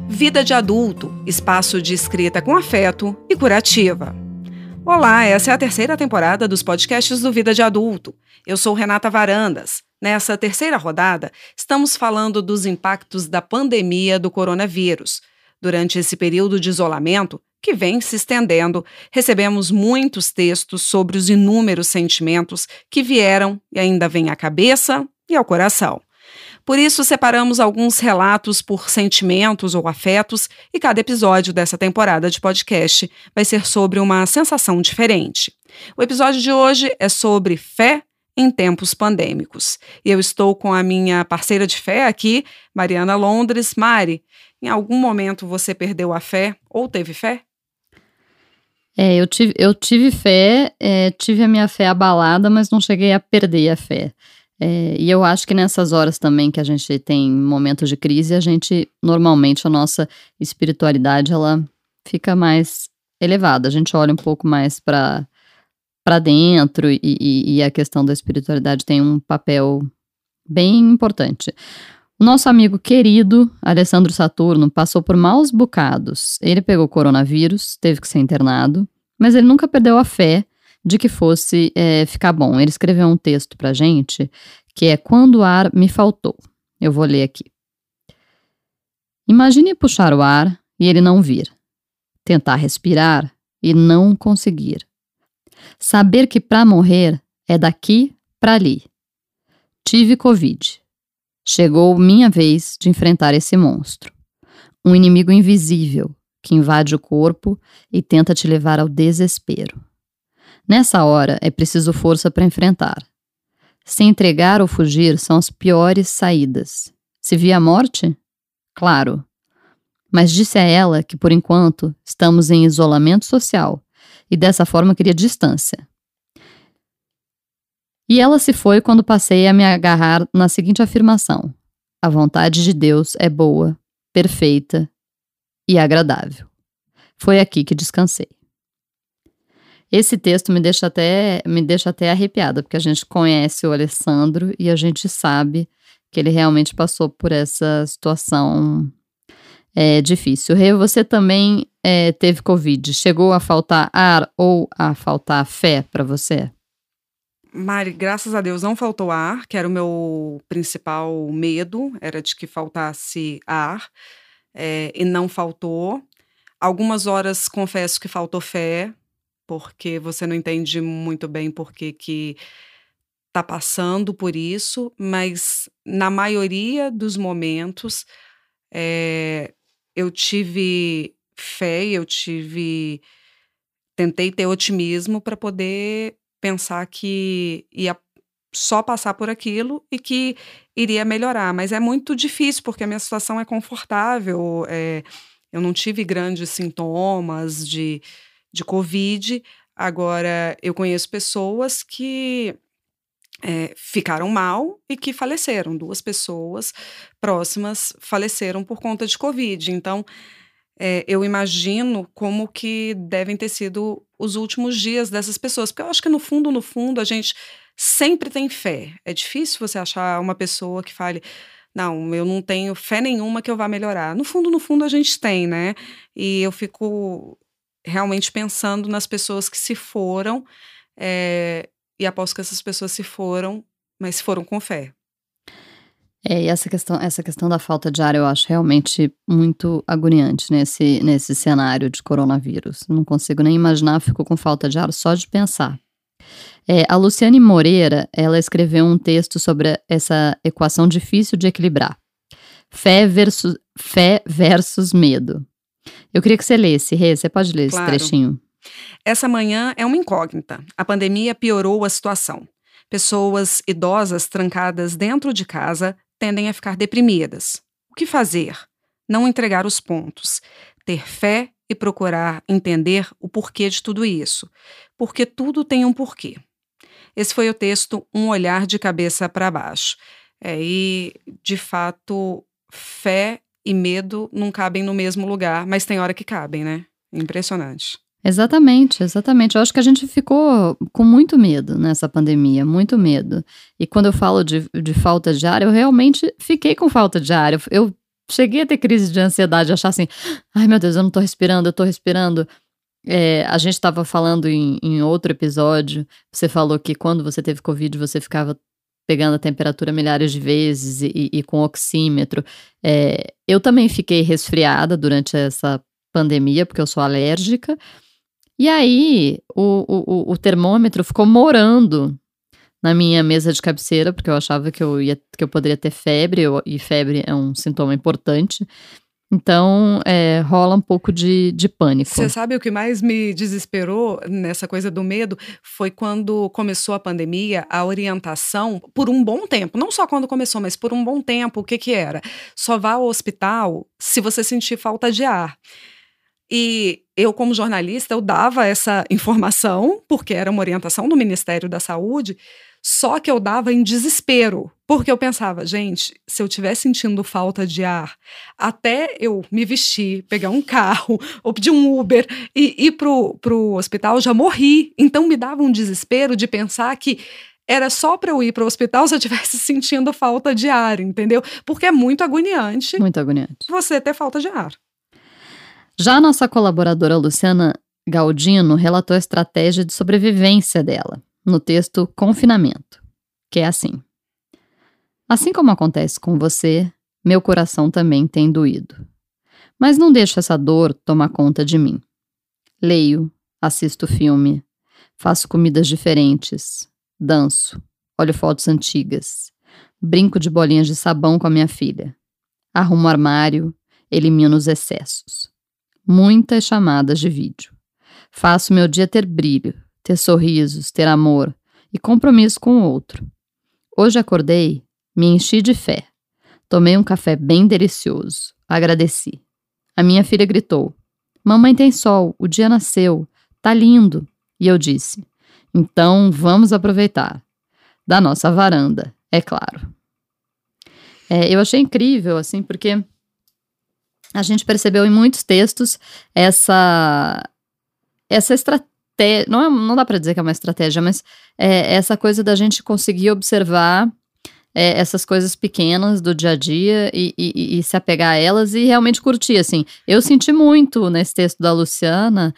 Vida de Adulto, espaço de escrita com afeto e curativa. Olá, essa é a terceira temporada dos podcasts do Vida de Adulto. Eu sou Renata Varandas. Nessa terceira rodada, estamos falando dos impactos da pandemia do coronavírus. Durante esse período de isolamento, que vem se estendendo, recebemos muitos textos sobre os inúmeros sentimentos que vieram e ainda vêm à cabeça e ao coração. Por isso, separamos alguns relatos por sentimentos ou afetos e cada episódio dessa temporada de podcast vai ser sobre uma sensação diferente. O episódio de hoje é sobre fé em tempos pandêmicos. E eu estou com a minha parceira de fé aqui, Mariana Londres. Mari, em algum momento você perdeu a fé ou teve fé? Eu tive fé, tive a minha fé abalada, mas não cheguei a perder a fé. E eu acho que nessas horas também que a gente tem momentos de crise, normalmente a nossa espiritualidade, ela fica mais elevada. A gente olha um pouco mais para dentro e a questão da espiritualidade tem um papel bem importante. O nosso amigo querido, Alessandro Saturno, passou por maus bocados. Ele pegou coronavírus, teve que ser internado, mas ele nunca perdeu a fé de que fosse ficar bom. Ele escreveu um texto pra gente, que é Quando o Ar Me Faltou. Eu vou ler aqui. Imagine puxar o ar e ele não vir. Tentar respirar e não conseguir. Saber que pra morrer é daqui pra ali. Tive Covid. Chegou minha vez de enfrentar esse monstro. Um inimigo invisível que invade o corpo e tenta te levar ao desespero. Nessa hora, é preciso força para enfrentar. Se entregar ou fugir são as piores saídas. Se vir a morte? Claro. Mas disse a ela que, por enquanto, estamos em isolamento social e dessa forma queria distância. E ela se foi quando passei a me agarrar na seguinte afirmação: a vontade de Deus é boa, perfeita e agradável. Foi aqui que descansei. Esse texto me deixa até arrepiada, porque a gente conhece o Alessandro e a gente sabe que ele realmente passou por essa situação difícil. Rê, você também teve Covid. Chegou a faltar ar ou a faltar fé para você? Mari, graças a Deus não faltou ar, que era o meu principal medo, era de que faltasse ar, e não faltou. Algumas horas confesso que faltou fé, porque você não entende muito bem por que está passando por isso, mas na maioria dos momentos eu tive fé, tentei ter otimismo para poder pensar que ia só passar por aquilo e que iria melhorar, mas é muito difícil porque a minha situação é confortável, eu não tive grandes sintomas de Covid. Agora, eu conheço pessoas que ficaram mal e que faleceram. 2 pessoas próximas faleceram por conta de Covid. Então, eu imagino como que devem ter sido os últimos dias dessas pessoas. Porque eu acho que, no fundo, a gente sempre tem fé. É difícil você achar uma pessoa que fale: não, eu não tenho fé nenhuma que eu vá melhorar. No fundo, a gente tem, né? E eu fico realmente pensando nas pessoas que se foram, e aposto que essas pessoas se foram, mas se foram com fé. E essa questão da falta de ar eu acho realmente muito agoniante nesse cenário de coronavírus. Não consigo nem imaginar, fico com falta de ar só de pensar. A Luciane Moreira, ela escreveu um texto sobre essa equação difícil de equilibrar. Fé versus medo. Eu queria que você lesse, Rê, você pode ler esse trechinho? Essa manhã é uma incógnita. A pandemia piorou a situação. Pessoas idosas trancadas dentro de casa tendem a ficar deprimidas. O que fazer? Não entregar os pontos. Ter fé e procurar entender o porquê de tudo isso. Porque tudo tem um porquê. Esse foi o texto Um Olhar de Cabeça para Baixo. E, de fato, fé e medo não cabem no mesmo lugar, mas tem hora que cabem, né? Impressionante. Exatamente. Eu acho que a gente ficou com muito medo nessa pandemia, muito medo. E quando eu falo de falta de ar, eu realmente fiquei com falta de ar. Eu cheguei a ter crise de ansiedade, achar assim, ai meu Deus, eu não tô respirando, eu tô respirando. A gente estava falando em outro episódio, você falou que quando você teve Covid, você ficava pegando a temperatura milhares de vezes e com oxímetro. Eu também fiquei resfriada durante essa pandemia, porque eu sou alérgica. E aí, o termômetro ficou morando na minha mesa de cabeceira, porque eu achava que eu poderia ter febre, e febre é um sintoma importante. Então, rola um pouco de pânico. Você sabe o que mais me desesperou nessa coisa do medo? Foi quando começou a pandemia, a orientação, por um bom tempo, não só quando começou, mas por um bom tempo, o que era? Só vá ao hospital se você sentir falta de ar. E eu, como jornalista, eu dava essa informação, porque era uma orientação do Ministério da Saúde, só que eu dava em desespero, porque eu pensava, gente, se eu estiver sentindo falta de ar, até eu me vestir, pegar um carro, ou pedir um Uber e ir pro hospital, já morri. Então me dava um desespero de pensar que era só para eu ir para o hospital se eu estivesse sentindo falta de ar, entendeu? Porque é muito agoniante. Muito agoniante. Você ter falta de ar. Já a nossa colaboradora Luciana Galdino relatou a estratégia de sobrevivência dela no texto Confinamento, que é assim: assim como acontece com você, meu coração também tem doído. Mas não deixo essa dor tomar conta de mim. Leio, assisto filme, faço comidas diferentes, danço, olho fotos antigas, brinco de bolinhas de sabão com a minha filha, arrumo o armário, elimino os excessos. Muitas chamadas de vídeo. Faço meu dia ter brilho, ter sorrisos, ter amor e compromisso com o outro. Hoje acordei, me enchi de fé. Tomei um café bem delicioso. Agradeci. A minha filha gritou: mamãe tem sol, o dia nasceu, tá lindo. E eu disse: então vamos aproveitar. Da nossa varanda, é claro. Eu achei incrível, assim, porque a gente percebeu em muitos textos essa estratégia. Não dá para dizer que é uma estratégia, mas essa coisa da gente conseguir observar essas coisas pequenas do dia a dia e se apegar a elas e realmente curtir, assim. Eu senti muito nesse texto da Luciana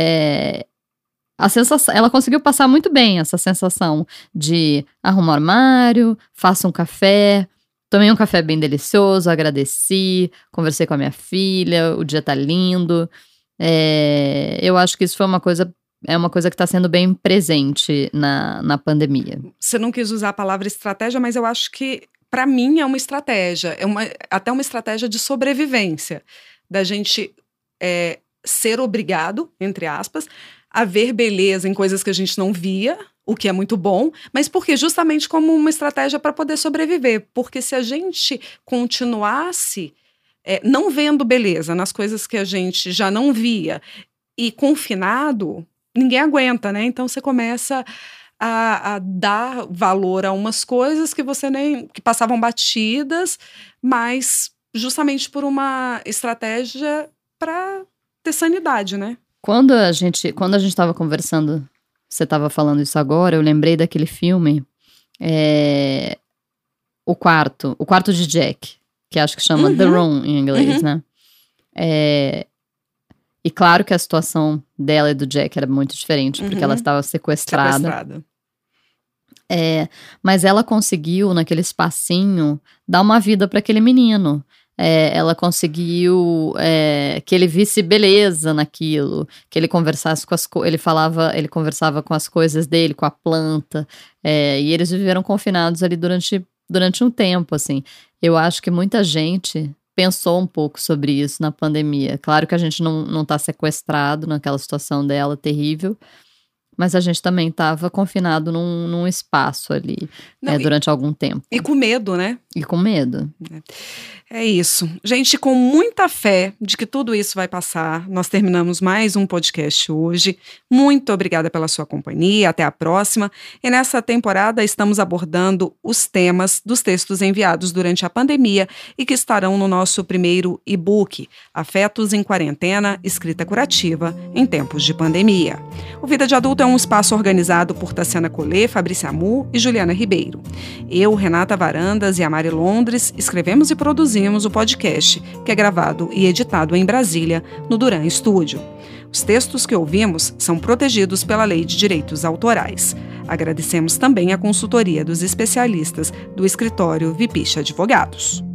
a sensação, ela conseguiu passar muito bem essa sensação de arrumar o armário, faço um café, tomei um café bem delicioso, agradeci, conversei com a minha filha, o dia tá lindo. Eu acho que isso foi uma coisa que está sendo bem presente na pandemia. Você não quis usar a palavra estratégia, mas eu acho que, para mim, é uma estratégia. Até uma estratégia de sobrevivência. Da gente ser obrigado, entre aspas, a ver beleza em coisas que a gente não via, o que é muito bom, mas porque justamente como uma estratégia para poder sobreviver. Porque se a gente continuasse não vendo beleza nas coisas que a gente já não via e confinado, ninguém aguenta, né? Então você começa a dar valor a umas coisas que que passavam batidas, mas justamente por uma estratégia para ter sanidade, né? Quando a gente estava conversando, você estava falando isso agora, eu lembrei daquele filme, O Quarto de Jack, que acho que chama The Room em inglês, né? E claro que a situação dela e do Jack era muito diferente, porque ela estava sequestrada. Mas ela conseguiu, naquele espacinho, dar uma vida para aquele menino. Ela conseguiu que ele visse beleza naquilo, que ele conversasse com ele conversava com as coisas dele, com a planta, e eles viveram confinados ali durante um tempo, assim. Eu acho que muita gente pensou um pouco sobre isso na pandemia. Claro que a gente não tá sequestrado naquela situação dela terrível, mas a gente também estava confinado num espaço ali durante algum tempo. E com medo, né? E com medo. É isso. Gente, com muita fé de que tudo isso vai passar, nós terminamos mais um podcast hoje. Muito obrigada pela sua companhia. Até a próxima. E nessa temporada estamos abordando os temas dos textos enviados durante a pandemia e que estarão no nosso primeiro e-book, Afetos em Quarentena, Escrita Curativa em Tempos de Pandemia. O Vida de Adulto é um espaço organizado por Tassiana Collet, Fabrícia Amu e Juliana Ribeiro. Eu, Renata Varandas e a Mari Mari Londres, escrevemos e produzimos o podcast, que é gravado e editado em Brasília, no Duran Studio. Os textos que ouvimos são protegidos pela Lei de Direitos Autorais. Agradecemos também a consultoria dos especialistas do escritório Vipicha Advogados.